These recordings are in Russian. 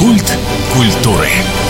Культ культуры.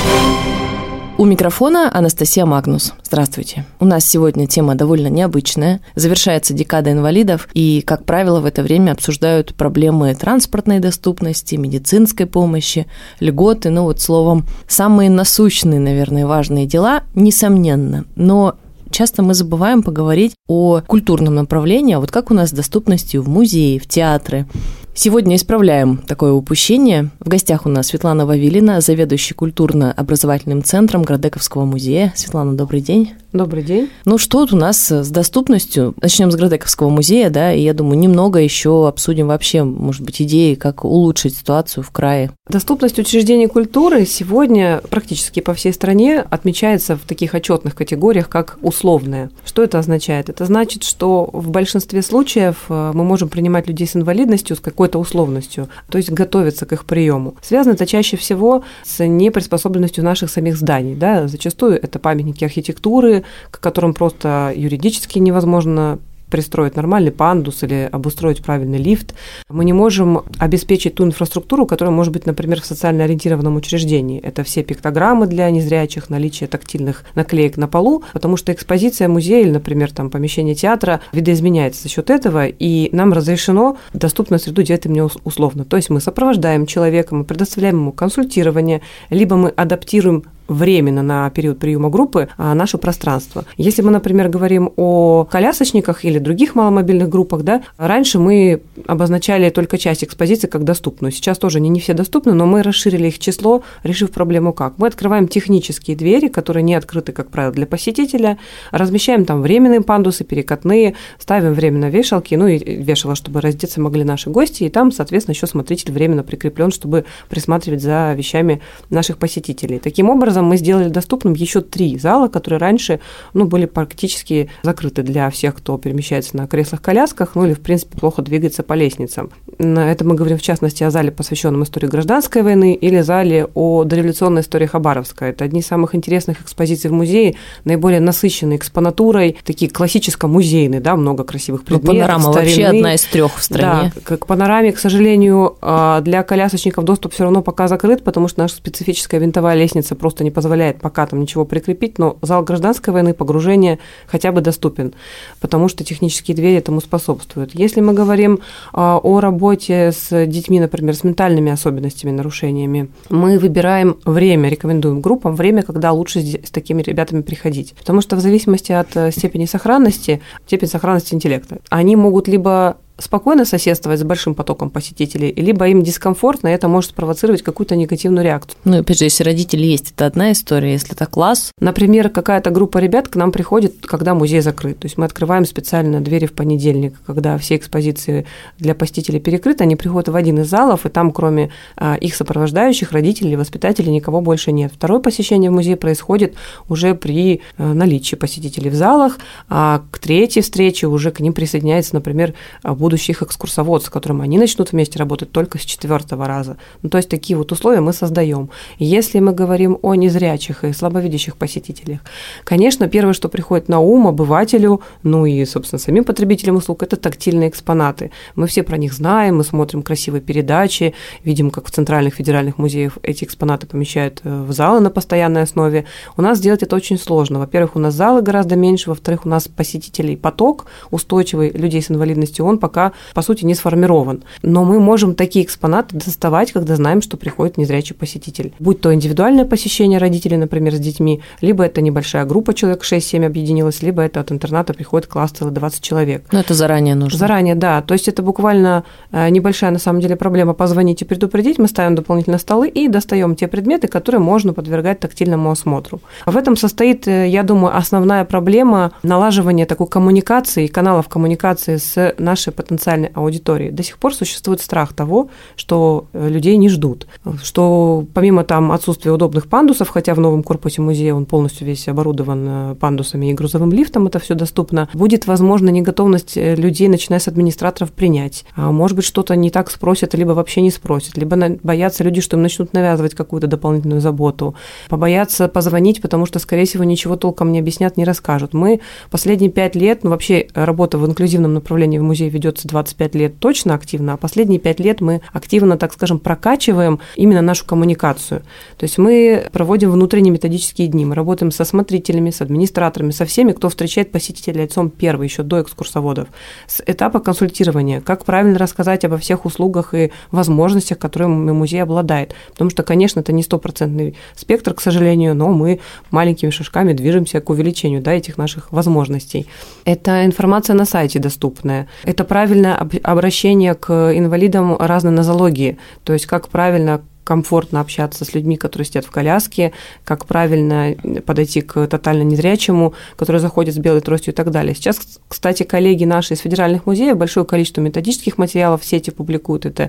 У микрофона Анастасия Магнус. Здравствуйте. У нас сегодня тема довольно необычная. Завершается декада инвалидов, и, как правило, в это время обсуждают проблемы транспортной доступности, медицинской помощи, льготы, словом, самые насущные, наверное, важные дела, несомненно. Но часто мы забываем поговорить о культурном направлении, вот как у нас с доступностью в музеи, в театры. Сегодня исправляем такое упущение. В гостях у нас Светлана Вавилина, заведующий культурно-образовательным центром Градековского музея. Светлана, добрый день. Добрый день. Что вот у нас с доступностью? Начнем с Градековского музея, и я думаю, немного еще обсудим вообще, может быть, идеи, как улучшить ситуацию в крае. Доступность учреждений культуры сегодня практически по всей стране отмечается в таких отчетных категориях, как условная. Что это означает? Это значит, что в большинстве случаев мы можем принимать людей с инвалидностью с какой-то условностью, то есть готовиться к их приему. Связано это чаще всего с неприспособленностью наших самих зданий. Зачастую это памятники архитектуры, к которым просто юридически невозможно пристроить нормальный пандус или обустроить правильный лифт. Мы не можем обеспечить ту инфраструктуру, которая может быть, например, в социально ориентированном учреждении. Это все пиктограммы для незрячих, наличие тактильных наклеек на полу, потому что экспозиция музея или, например, помещение театра видоизменяется за счет этого, и нам разрешено доступную среду делать им условно. То есть мы сопровождаем человека, мы предоставляем ему консультирование, либо мы адаптируем временно на период приема группы наше пространство. Если мы, например, говорим о колясочниках или других маломобильных группах, раньше мы обозначали только часть экспозиции как доступную. Сейчас тоже не все доступны, но мы расширили их число, решив проблему как. Мы открываем технические двери, которые не открыты, как правило, для посетителя, размещаем там временные пандусы, перекатные, ставим временно вешалки, и вешало, чтобы раздеться могли наши гости, и там, соответственно, еще смотритель временно прикреплен, чтобы присматривать за вещами наших посетителей. Таким образом, мы сделали доступным еще 3 зала, которые раньше были практически закрыты для всех, кто перемещается на креслах-колясках, или, в принципе, плохо двигается по лестницам. Это мы говорим, в частности, о зале, посвященном истории гражданской войны, или зале о дореволюционной истории Хабаровска. Это одни из самых интересных экспозиций в музее, наиболее насыщенные экспонатурой, такие классическо-музейные, много красивых предметов. Панорама вообще одна из 3 в стране. Да, к панораме, к сожалению, для колясочников доступ все равно пока закрыт, потому что наша специфическая винтовая лестница просто не позволяет пока там ничего прикрепить, но зал гражданской войны, погружение хотя бы доступен, потому что технические двери этому способствуют. Если мы говорим о работе с детьми, например, с ментальными особенностями, нарушениями, мы выбираем время, рекомендуем группам время, когда лучше с такими ребятами приходить, потому что в зависимости от степень сохранности интеллекта, они могут либо спокойно соседствовать с большим потоком посетителей, либо им дискомфортно, и это может спровоцировать какую-то негативную реакцию. Опять же, если родители есть, это одна история, если это класс. Например, какая-то группа ребят к нам приходит, когда музей закрыт. То есть мы открываем специально двери в понедельник, когда все экспозиции для посетителей перекрыты, они приходят в один из залов, и там, кроме их сопровождающих, родителей, воспитателей, никого больше нет. Второе посещение в музей происходит уже при наличии посетителей в залах, а к третьей встрече уже к ним присоединяется, например, будущих экскурсоводцев, с которыми они начнут вместе работать только с 4-го раза. То есть такие вот условия мы создаем. Если мы говорим о незрячих и слабовидящих посетителях, конечно, первое, что приходит на ум обывателю, и, собственно, самим потребителям услуг, это тактильные экспонаты. Мы все про них знаем, мы смотрим красивые передачи, видим, как в центральных федеральных музеях эти экспонаты помещают в залы на постоянной основе. У нас сделать это очень сложно. Во-первых, у нас залы гораздо меньше, во-вторых, у нас посетителей поток устойчивый людей с инвалидностью, он пока, по сути, не сформирован. Но мы можем такие экспонаты доставать, когда знаем, что приходит незрячий посетитель. Будь то индивидуальное посещение родителей, например, с детьми, либо это небольшая группа, человек 6-7 объединилась, либо это от интерната приходит класс целый 20 человек. Но это заранее нужно. Заранее, да. То есть это буквально небольшая, на самом деле, проблема позвонить и предупредить. Мы ставим дополнительно столы и достаем те предметы, которые можно подвергать тактильному осмотру. В этом состоит, я думаю, основная проблема налаживания такой коммуникации, каналов коммуникации с нашей потенциальной аудитории. До сих пор существует страх того, что людей не ждут, что помимо отсутствия удобных пандусов, хотя в новом корпусе музея он полностью весь оборудован пандусами и грузовым лифтом, это все доступно, будет, возможно, неготовность людей, начиная с администраторов, принять. Может быть, что-то не так спросят, либо вообще не спросят, либо боятся люди, что им начнут навязывать какую-то дополнительную заботу, побоятся позвонить, потому что, скорее всего, ничего толком не объяснят, не расскажут. Мы последние 5 лет, вообще работа в инклюзивном направлении в музее ведет ведется 25 лет точно активно, а последние 5 лет мы активно, так скажем, прокачиваем именно нашу коммуникацию. То есть мы проводим внутренние методические дни, мы работаем со смотрителями, с администраторами, со всеми, кто встречает посетителей лицом первый, еще до экскурсоводов, с этапа консультирования, как правильно рассказать обо всех услугах и возможностях, которыми музей обладает. Потому что, конечно, это не стопроцентный спектр, к сожалению, но мы маленькими шажками движемся к увеличению этих наших возможностей. Это информация на сайте доступная. Это правильное обращение к инвалидам разной нозологии, то есть как правильно комфортно общаться с людьми, которые сидят в коляске, как правильно подойти к тотально незрячему, который заходит с белой тростью и так далее. Сейчас, кстати, коллеги наши из федеральных музеев большое количество методических материалов в сети публикуют. Это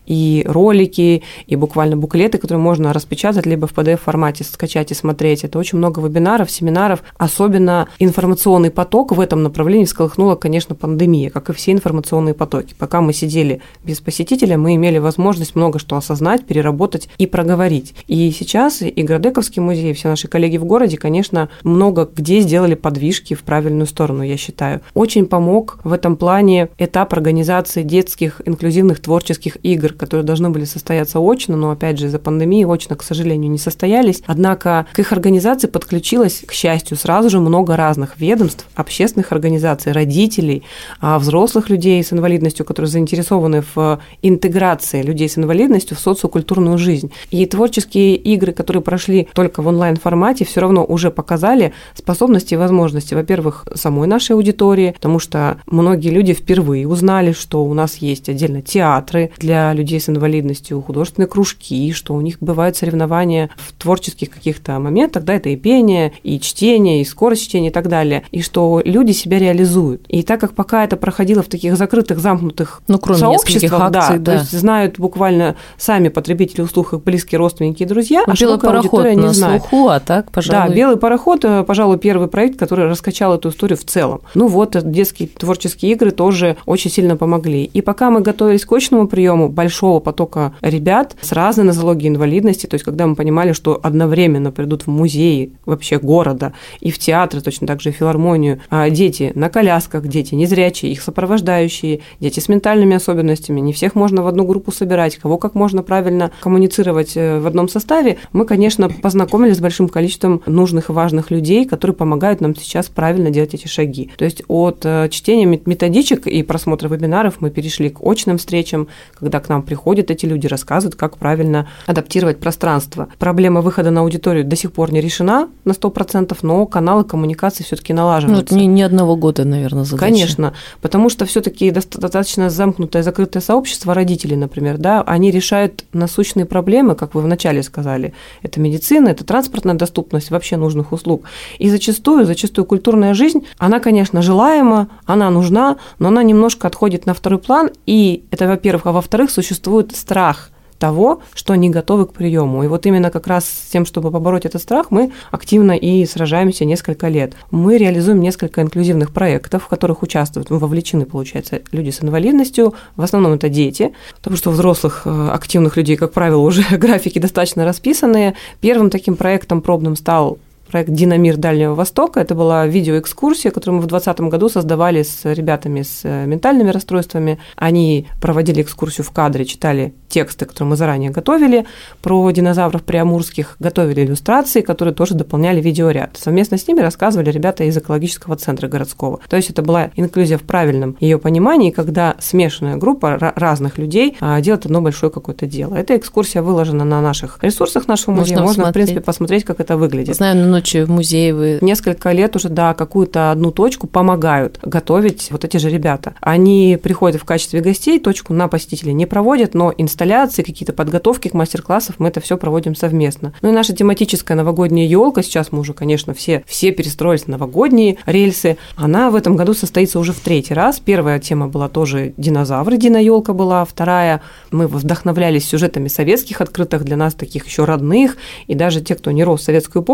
и ролики, и буквально буклеты, которые можно распечатать, либо в PDF-формате скачать и смотреть. Это очень много вебинаров, семинаров. Особенно информационный поток в этом направлении всколыхнула, конечно, пандемия, как и все информационные потоки. Пока мы сидели без посетителя, мы имели возможность много что осознать, переработать и проговорить. И сейчас и Градековский музей, и все наши коллеги в городе, конечно, много где сделали подвижки в правильную сторону, я считаю. Очень помог в этом плане этап организации детских инклюзивных творческих игр, которые должны были состояться очно, но, опять же, из-за пандемии очно, к сожалению, не состоялись. Однако к их организации подключилось, к счастью, сразу же много разных ведомств, общественных организаций, родителей, взрослых людей с инвалидностью, которые заинтересованы в интеграции людей с инвалидностью в социокультурную жизнь. И творческие игры, которые прошли только в онлайн-формате, все равно уже показали способности и возможности, во-первых, самой нашей аудитории, потому что многие люди впервые узнали, что у нас есть отдельно театры для людей с инвалидностью, художественные кружки, что у них бывают соревнования в творческих каких-то моментах, да, это и пение, и чтение, и скорость чтения и так далее, и что люди себя реализуют. И так как пока это проходило в таких закрытых, замкнутых сообществах, акций, то есть знают буквально сами потребители услуг, их близкие родственники и друзья, а белый пароход не на знает. Слуху, а так, пожалуй. Да, белый пароход, пожалуй, первый проект, который раскачал эту историю в целом. Ну вот, детские творческие игры тоже очень сильно помогли. И пока мы готовились к очному приему большого потока ребят с разной нозологией инвалидности, то есть когда мы понимали, что одновременно придут в музеи вообще города и в театры, точно так же и в филармонию, дети на колясках, дети незрячие, их сопровождающие, дети с ментальными особенностями, не всех можно в одну группу собирать, кого как можно правильно коммуницировать в одном составе, мы, конечно, познакомились с большим количеством нужных и важных людей, которые помогают нам сейчас правильно делать эти шаги. То есть от чтения методичек и просмотра вебинаров мы перешли к очным встречам, когда к нам приходят эти люди, рассказывают, как правильно адаптировать пространство. Проблема выхода на аудиторию до сих пор не решена на 100%, но каналы коммуникации все-таки налаживаются. Ну, не одного года, наверное, задача. Конечно, потому что все-таки достаточно замкнутое, закрытое сообщество родителей, например, да, они решают насущные проблемы, как вы вначале сказали. Это медицина, это транспортная доступность вообще нужных услуг. И зачастую культурная жизнь, она, конечно, желаема, она нужна, но она немножко отходит на второй план, и это, во-первых, а во-вторых, существует страх того, что они готовы к приему. И вот именно как раз с тем, чтобы побороть этот страх, мы активно и сражаемся несколько лет. Мы реализуем несколько инклюзивных проектов, в которых участвуют, вовлечены, получается, люди с инвалидностью, в основном это дети, потому что у взрослых активных людей, как правило, уже графики достаточно расписанные. Первым таким проектом пробным стал проект «Динамир Дальнего Востока». Это была видеоэкскурсия, которую мы в 2020 году создавали с ребятами с ментальными расстройствами. Они проводили экскурсию в кадре, читали тексты, которые мы заранее готовили про динозавров приамурских, готовили иллюстрации, которые тоже дополняли видеоряд. Совместно с ними рассказывали ребята из экологического центра городского. То есть это была инклюзия в правильном ее понимании, когда смешанная группа разных людей делает одно большое какое-то дело. Эта экскурсия выложена на наших ресурсах нашего музея. Можно в принципе, посмотреть, как это выглядит. Знаю, на ночи в музее вы... Несколько лет уже, да, какую-то одну точку помогают готовить вот эти же ребята. Они приходят в качестве гостей, точку на посетителей не проводят, но инсталляции, какие-то подготовки к мастер-классам, мы это все проводим совместно. Ну и наша тематическая новогодняя елка, сейчас мы уже, конечно, все перестроились на новогодние рельсы, она в этом году состоится уже в 3-й раз. Первая тема была тоже динозавры, динойелка была, вторая мы вдохновлялись сюжетами советских открытых, для нас таких еще родных, и даже те, кто не рос в советскую эпоху, все равно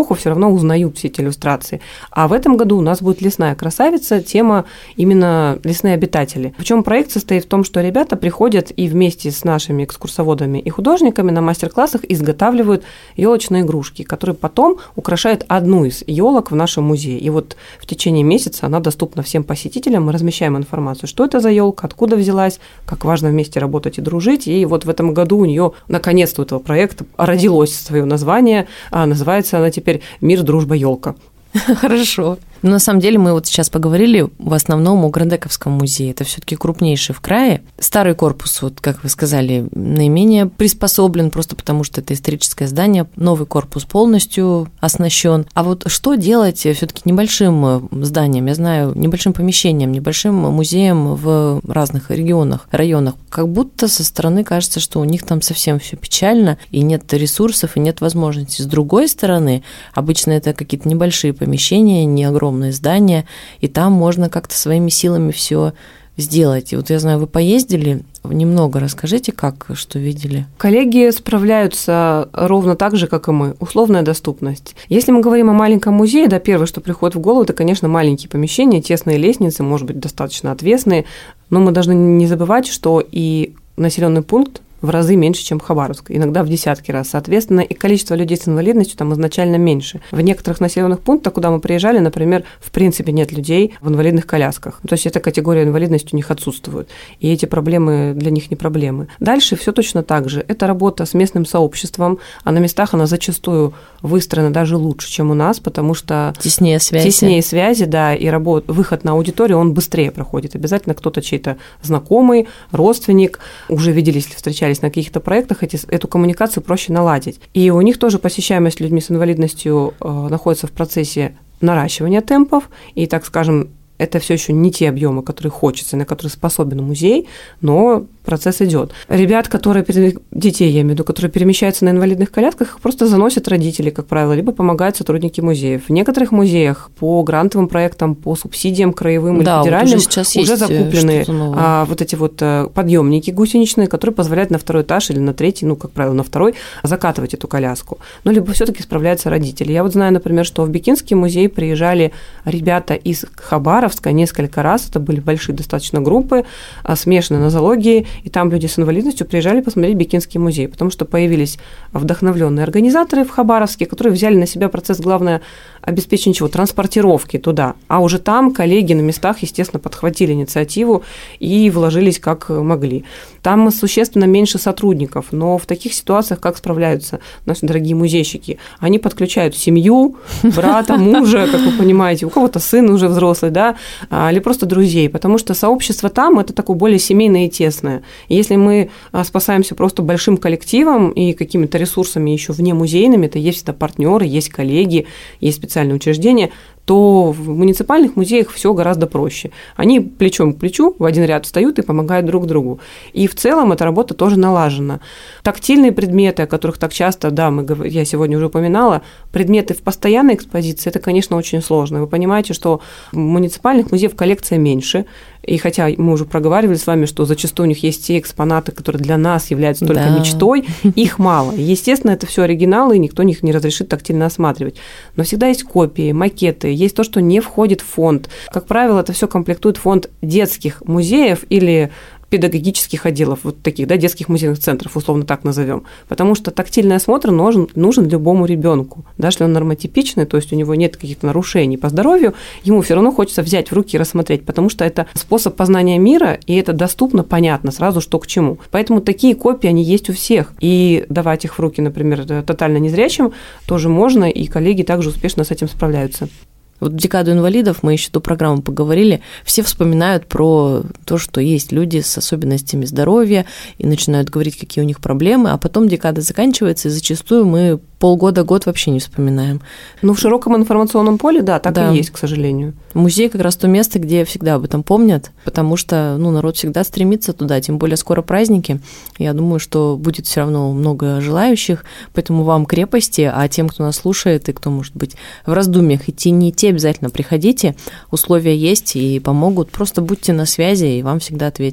узнают все эти иллюстрации. А в этом году у нас будет «Лесная красавица», тема именно «Лесные обитатели». Причем проект состоит в том, что ребята приходят и вместе с нашими экскурсоводами и художниками на мастер-классах изготавливают елочные игрушки, которые потом украшают одну из елок в нашем музее. И вот в течение месяца она доступна всем посетителям. Мы размещаем информацию, что это за елка, откуда взялась, как важно вместе работать и дружить. И вот в этом году у нее наконец-то у этого проекта родилось свое название. Называется она теперь «Мир, дружба, елка». Хорошо. Но на самом деле мы вот сейчас поговорили в основном о Грандековском музее. Это все-таки крупнейший в крае. Старый корпус, вот как вы сказали, наименее приспособлен, просто потому что это историческое здание. Новый корпус полностью оснащен. А вот что делать все-таки небольшим зданием, я знаю, небольшим помещением, небольшим музеем в разных регионах, районах? Как будто со стороны кажется, что у них там совсем все печально, и нет ресурсов, и нет возможностей. С другой стороны, обычно это какие-то небольшие помещения, не огромные здания, и там можно как-то своими силами все сделать. И вот я знаю, вы поездили, немного расскажите, как, что видели. Коллеги справляются ровно так же, как и мы. Условная доступность. Если мы говорим о маленьком музее, да, первое, что приходит в голову, это, конечно, маленькие помещения, тесные лестницы, может быть, достаточно отвесные, но мы должны не забывать, что и населенный пункт в разы меньше, чем Хабаровск, иногда в десятки раз. Соответственно, и количество людей с инвалидностью там изначально меньше. В некоторых населенных пунктах, куда мы приезжали, например, в принципе нет людей в инвалидных колясках. То есть эта категория инвалидности у них отсутствует. И эти проблемы для них не проблемы. Дальше все точно так же. Это работа с местным сообществом, а на местах она зачастую выстроена даже лучше, чем у нас, потому что теснее связи, да, и выход на аудиторию, он быстрее проходит. Обязательно кто-то чей-то знакомый, родственник, уже виделись или встречались на каких-то проектах, эту коммуникацию проще наладить. И у них тоже посещаемость людьми с инвалидностью находится в процессе наращивания темпов, и, так скажем, это все еще не те объемы, которые хочется, на которые способен музей, но процесс идет. Ребят, детей, я имею в виду, которые перемещаются на инвалидных колясках, их просто заносят родители, как правило, либо помогают сотрудники музеев. В некоторых музеях по грантовым проектам, по субсидиям краевым или федеральным уже закуплены вот эти вот подъемники гусеничные, которые позволяют на второй этаж или на третий, как правило, на второй, закатывать эту коляску. Либо все-таки справляются родители. Я вот знаю, например, что в Бикинский музей приезжали ребята из Хабаровска несколько раз, это были большие достаточно группы, смешанные нозологии, и там люди с инвалидностью приезжали посмотреть Бикинский музей, потому что появились вдохновленные организаторы в Хабаровске, которые взяли на себя процесс, главное, обеспечения транспортировки туда. А уже там коллеги на местах, естественно, подхватили инициативу и вложились как могли. Там существенно меньше сотрудников, но в таких ситуациях как справляются наши дорогие музейщики? Они подключают семью, брата, мужа, как вы понимаете, у кого-то сын уже взрослый, да, или просто друзей, потому что сообщество там – это такое более семейное и тесное. И если мы спасаемся просто большим коллективом и какими-то ресурсами еще вне музейными, то есть всегда партнеры, есть коллеги, есть специальные учреждения, то в муниципальных музеях все гораздо проще. Они плечом к плечу в один ряд встают и помогают друг другу. И в целом эта работа тоже налажена. Тактильные предметы, о которых так часто, да, я сегодня уже упоминала, предметы в постоянной экспозиции, это, конечно, очень сложно. Вы понимаете, что в муниципальных музеях коллекция меньше, и хотя мы уже проговаривали с вами, что зачастую у них есть те экспонаты, которые для нас являются только мечтой, их мало. Естественно, это все оригиналы, и никто их не разрешит тактильно осматривать. Но всегда есть копии, макеты, есть то, что не входит в фонд. Как правило, это все комплектует фонд детских музеев или педагогических отделов, вот таких, да, детских музейных центров, условно так назовем, потому что тактильный осмотр нужен любому ребенку, даже если он нормотипичный, то есть у него нет каких-то нарушений по здоровью, ему все равно хочется взять в руки и рассмотреть, потому что это способ познания мира, и это доступно, понятно сразу, что к чему. Поэтому такие копии, они есть у всех, и давать их в руки, например, тотально незрячим тоже можно, и коллеги также успешно с этим справляются. Вот в декаду инвалидов мы еще ту программу поговорили, все вспоминают про то, что есть люди с особенностями здоровья и начинают говорить, какие у них проблемы, а потом декада заканчивается, и зачастую мы полгода-год вообще не вспоминаем. В широком информационном поле, да, так и есть, к сожалению. Музей как раз то место, где всегда об этом помнят, потому что народ всегда стремится туда, тем более скоро праздники. Я думаю, что будет все равно много желающих, поэтому вам крепости, а тем, кто нас слушает и кто, может быть, в раздумьях идти, не идти, обязательно приходите, условия есть и помогут, просто будьте на связи, и вам всегда ответят.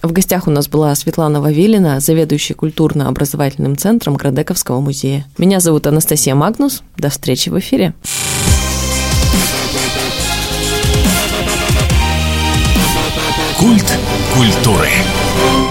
В гостях у нас была Светлана Вавилина, заведующая культурно-образовательным центром Градековского музея. Меня зовут Анастасия Магнус. До встречи в эфире. Культ культуры.